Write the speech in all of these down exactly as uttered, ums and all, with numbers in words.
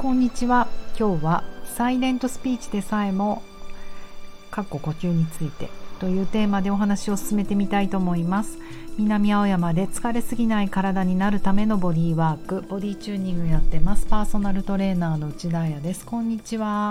こんにちは。今日はサイレントスピーチでさえもかっこ呼吸についてというテーマでお話を進めてみたいと思います。南青山で疲れすぎない体になるためのボディワーク、ボディチューニングやってます。パーソナルトレーナーの内田彩です。こんにちは。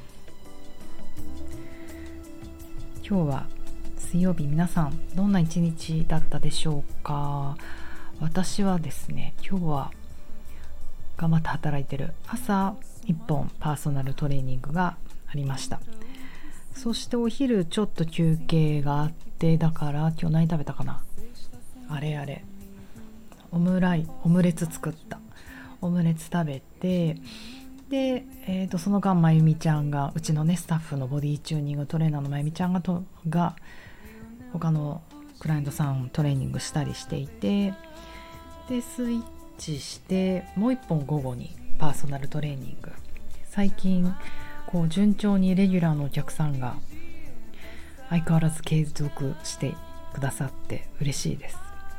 今日は水曜日、皆さんどんな一日だったでしょうか。私はですね、今日は頑張って働いてる。朝いっぽんパーソナルトレーニングがありました。そしてお昼ちょっと休憩があって、だから今日何食べたかな、あれあれオムライオムレツ作ったオムレツ食べて、で、えー、とその間まゆみちゃんが、うちのねスタッフのボディチューニングトレーナーのまゆみちゃんがとが他のクライアントさんトレーニングしたりしていて、でスイッチしてもう一本午後にパーソナルトレーニング。最近こう順調にレギュラーのお客さんが相変わらず継続してくださって嬉しいです。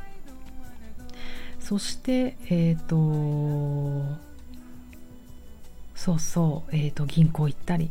そしてえっ、ー、とそうそう、えーと銀行行ったり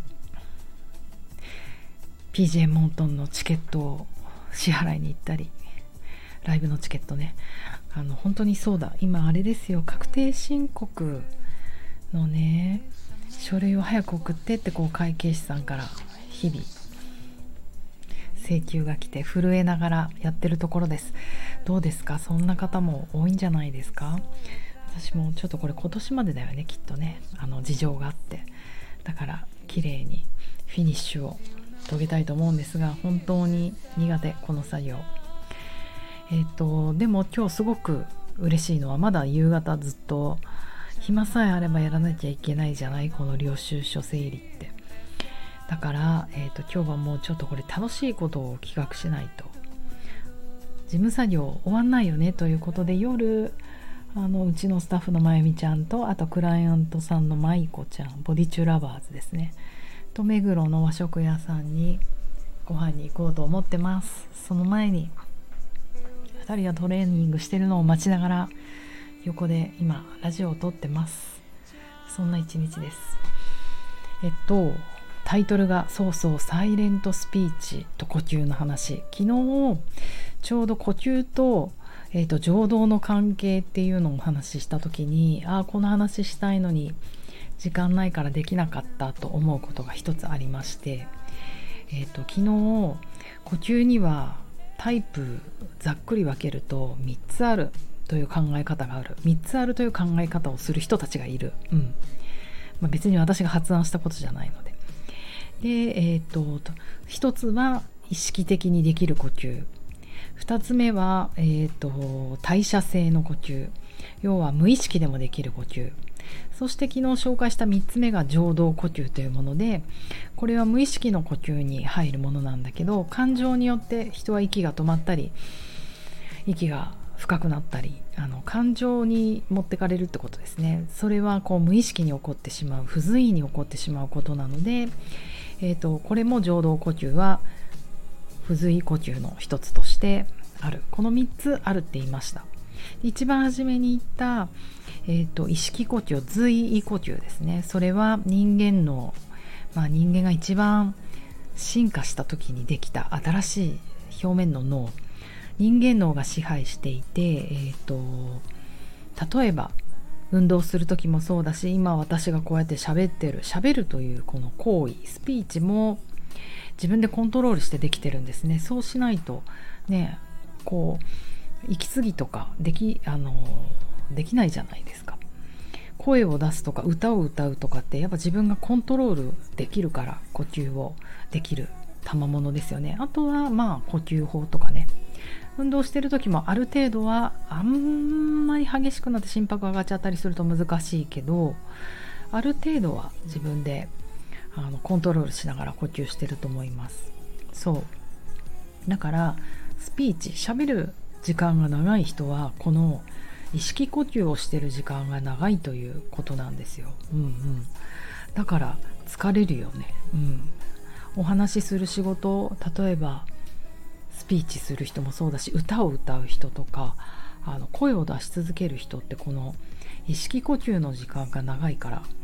ピージェー モントンのチケットを支払いに行ったり、ライブのチケットね、あの本当にそうだ、今あれですよ、確定申告のね書類を早く送ってって、こう会計士さんから日々請求が来て震えながらやってるところです。どうですか、そんな方も多いんじゃないですか。私もちょっとこれ今年までだよね、きっとね、あの事情があって、だから綺麗にフィニッシュを遂げたいと思うんですが、本当に苦手この作業。えーと、でも今日すごく嬉しいのは、まだ夕方ずっと暇さえあればやらなきゃいけないじゃない、この領収書整理って。だから、えーと、今日はもうちょっとこれ楽しいことを企画しないと事務作業終わんないよねということで、夜あのうちのスタッフのまゆみちゃんと、あとクライアントさんのまいこちゃん、ボディチュラバーズですねと、目黒の和食屋さんにご飯に行こうと思ってます。その前にふたりがトレーニングしてるのを待ちながら、横で今ラジオを撮ってます。そんな一日です。えっとタイトルがそうそうサイレントスピーチと呼吸の話。昨日ちょうど呼吸と、えっと情動の関係っていうのをお話しした時に、ああこの話したいのに時間ないからできなかったと思うことが一つありまして、えっと昨日呼吸にはタイプざっくり分けるとみっつあるという考え方がある。みっつあるという考え方をする人たちがいる。うんまあ、別に私が発案したことじゃないので。で、えーと、ひとつは意識的にできる呼吸。ふたつめは、えーと、代謝性の呼吸。要は無意識でもできる呼吸。そして昨日紹介したみっつめが情動呼吸というもので、これは無意識の呼吸に入るものなんだけど、感情によって人は息が止まったり息が深くなったり、あの感情に持ってかれるってことですね。それはこう無意識に起こってしまう、不随意に起こってしまうことなので、えーと、これも情動呼吸は不随意呼吸の一つとしてある。このみっつあるって言いました。一番初めに言った、えーと、意識呼吸、随意呼吸ですね。それは人間の、まあ、人間が一番進化した時にできた新しい表面の脳、人間脳が支配していて、えーと、例えば運動する時もそうだし、今私がこうやって喋ってる喋るというこの行為、スピーチも自分でコントロールしてできてるんですね。そうしないとね、こう息継ぎとかできあのできないじゃないですか。声を出すとか歌を歌うとかってやっぱ自分がコントロールできるから呼吸をできる賜物ですよね。あとはまあ呼吸法とかね、運動してる時もある程度はあんまり激しくなって心拍上がっちゃったりすると難しいけど、ある程度は自分であのコントロールしながら呼吸してると思います。そうだからスピーチ、喋る時間が長い人はこの意識呼吸をしてる時間が長いということなんですよ。うんうん、だから疲れるよね。うん、お話しする仕事、例えばスピーチする人もそうだし、歌を歌う人とか、あの声を出し続ける人ってこの意識呼吸の時間が長いから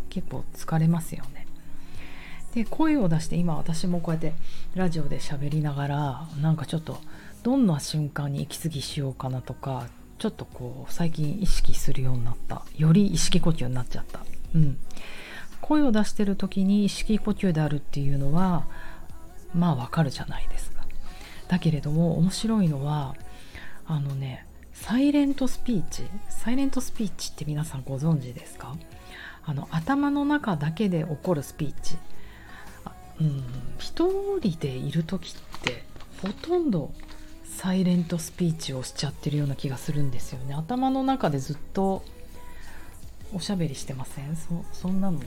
結構疲れますよね。で声を出して、今私もこうやってラジオで喋りながら、なんかちょっとどんな瞬間に息継ぎしようかなとか、ちょっとこう最近意識するようになった、より意識呼吸になっちゃった、うん、声を出してる時に意識呼吸であるっていうのはまあわかるじゃないですか。だけれども面白いのは、あのねサイレントスピーチサイレントスピーチって皆さんご存知ですか？あの頭の中だけで起こるスピーチ。うん、一人でいる時ってほとんどサイレントスピーチをしちゃってるような気がするんですよね。頭の中でずっとおしゃべりしてません？ そ, そんなの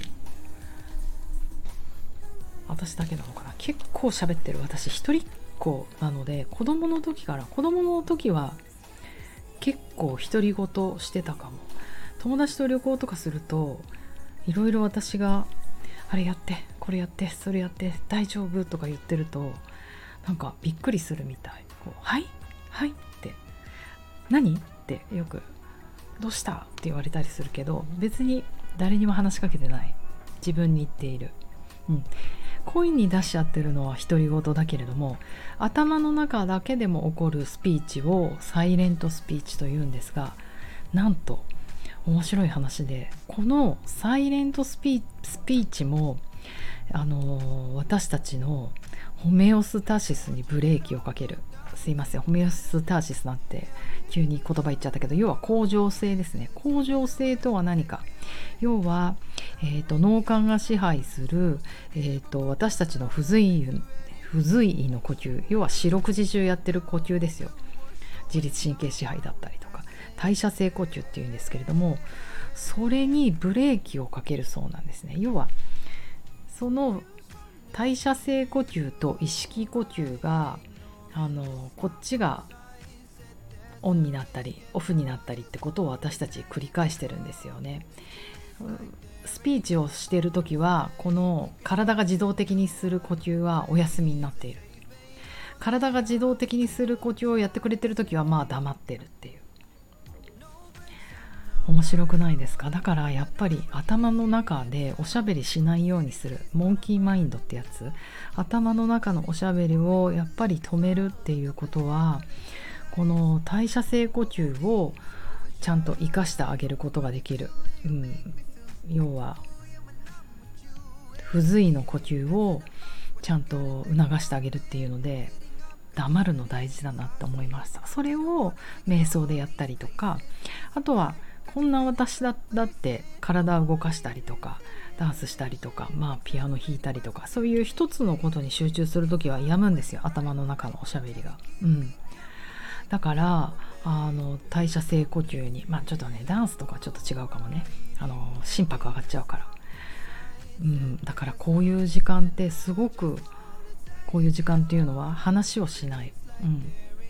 私だけなのかな。結構喋ってる。私一人っ子なので、子供の時から子供の時は結構独り言してたかも。友達と旅行とかするといろいろ私があれやってこれやってそれやって大丈夫とか言ってると、なんかびっくりするみたい。こうはいはいって何ってよくどうしたって言われたりするけど、別に誰にも話しかけてない、自分に言っている、うん、声に出しちゃってるのは独り言だけれども、頭の中だけでも起こるスピーチをサイレントスピーチというんですが、なんと面白い話で、このサイレントスピ、スピーチもあの私たちのホメオスタシスにブレーキをかける。すいません、ホメオスタシスなんて急に言葉言っちゃったけど、要は恒常性ですね。恒常性とは何か、要は、えーと、脳幹が支配する、えーと、私たちの不随意不随意の呼吸、要は四六時中やってる呼吸ですよ。自律神経支配だったりとか代謝性呼吸っていうんですけれども、それにブレーキをかけるそうなんですね。要はその代謝性呼吸と意識呼吸が、あのこっちがオンになったりオフになったりってことを私たち繰り返してるんですよね。スピーチをしているときはこの体が自動的にする呼吸はお休みになっている。体が自動的にする呼吸をやってくれてるときはまあ黙ってるっていう。面白くないですか？だからやっぱり頭の中でおしゃべりしないようにする、モンキーマインドってやつ、頭の中のおしゃべりをやっぱり止めるっていうことは、この代謝性呼吸をちゃんと生かしてあげることができる、うん、要は不随の呼吸をちゃんと促してあげるっていうので、黙るの大事だなって思いました。それを瞑想でやったりとか、あとはこんな私だって体を動かしたりとかダンスしたりとか、まあピアノ弾いたりとか、そういう一つのことに集中するときはやむんですよ、頭の中のおしゃべりが、うん、だからあの代謝性呼吸に、まあちょっとねダンスとかちょっと違うかもね、あの心拍上がっちゃうから、うん、だからこういう時間ってすごく、こういう時間っていうのは話をしない、うん、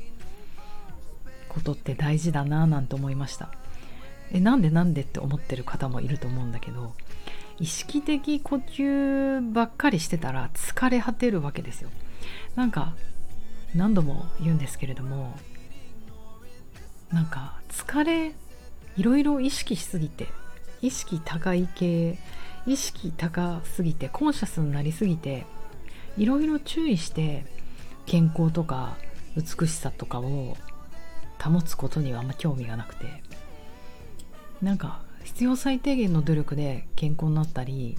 ことって大事だななんて思いました。えなんでなんでって思ってる方もいると思うんだけど、意識的呼吸ばっかりしてたら疲れ果てるわけですよ。なんか何度も言うんですけれども、なんか疲れ、いろいろ意識しすぎて、意識高い系、意識高すぎてコンシャスになりすぎて、いろいろ注意して健康とか美しさとかを保つことにはあんま興味がなくて、なんか必要最低限の努力で健康になったり、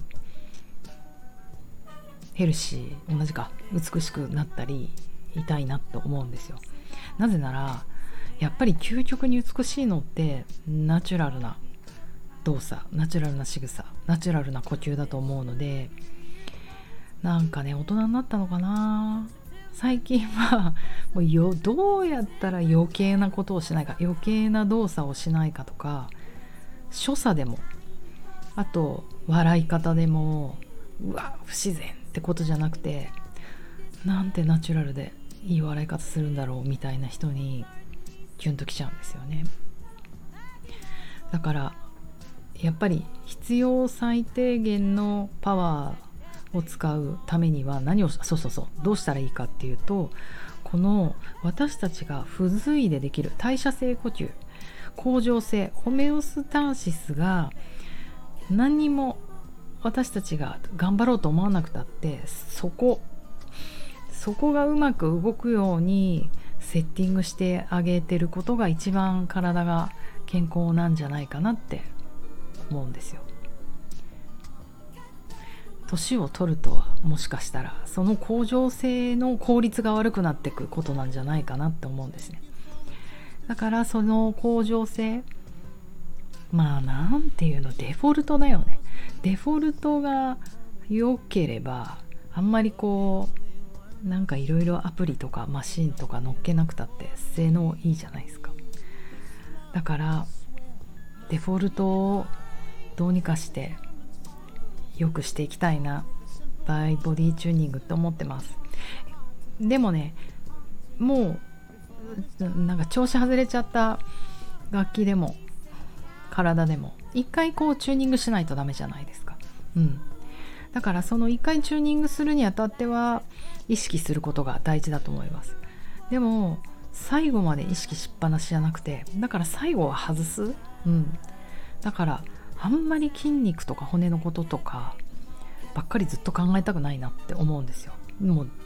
ヘルシー、同じか美しくなったりいたいなって思うんですよ。なぜならやっぱり究極に美しいのってナチュラルな動作、ナチュラルな仕草、ナチュラルな呼吸だと思うので、なんかね大人になったのかな、最近はもうよどうやったら余計なことをしないか、余計な動作をしないかとか、所作でも、あと笑い方でも、うわ不自然ってことじゃなくて、なんてナチュラルでいい笑い方するんだろうみたいな人にキュンときちゃうんですよね。だからやっぱり必要最低限のパワーを使うためには何を、そうそうそうどうしたらいいかっていうと、この私たちが不随意でできる代謝性呼吸、恒常性、ホメオスターシスが何にも私たちが頑張ろうと思わなくたって、そこそこがうまく動くようにセッティングしてあげてることが一番体が健康なんじゃないかなって思うんですよ。年を取るとはもしかしたらその恒常性の効率が悪くなっていくことなんじゃないかなって思うんですね。だからその恒常性、まあなんていうの、デフォルトだよね。デフォルトが良ければあんまりこうなんかいろいろアプリとかマシンとか乗っけなくたって性能いいじゃないですか。だからデフォルトをどうにかして良くしていきたいな、バイボディチューニングって思ってます。でもね、もうなんか調子外れちゃった楽器でも体でも一回こうチューニングしないとダメじゃないですか。うん。だからその一回チューニングするにあたっては意識することが大事だと思います。でも最後まで意識しっぱなしじゃなくて、だから最後は外す。うん。だからあんまり筋肉とか骨のこととかばっかりずっと考えたくないなって思うんですよ。もう、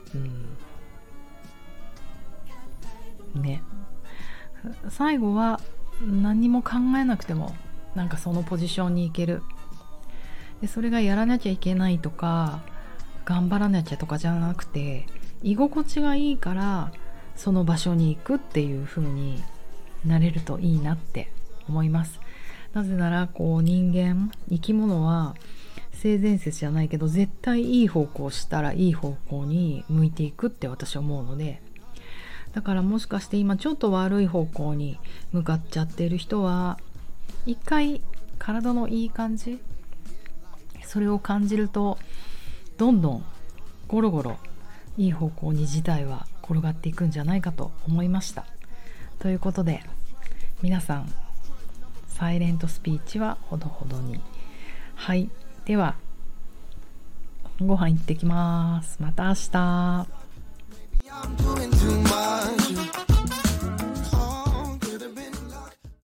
うん、ね。最後は何も考えなくてもなんかそのポジションに行ける。でそれがやらなきゃいけないとか頑張らなきゃとかじゃなくて、居心地がいいからその場所に行くっていう風になれるといいなって思います。なぜならこう人間生き物は性善説じゃないけど絶対いい方向をしたらいい方向に向いていくって私は思うので、だからもしかして今ちょっと悪い方向に向かっちゃっている人は一回体のいい感じ、それを感じるとどんどんゴロゴロいい方向に事態は転がっていくんじゃないかと思いました。ということで皆さんサイレントスピーチはほどほどに。はい、ではご飯行ってきます。また明日。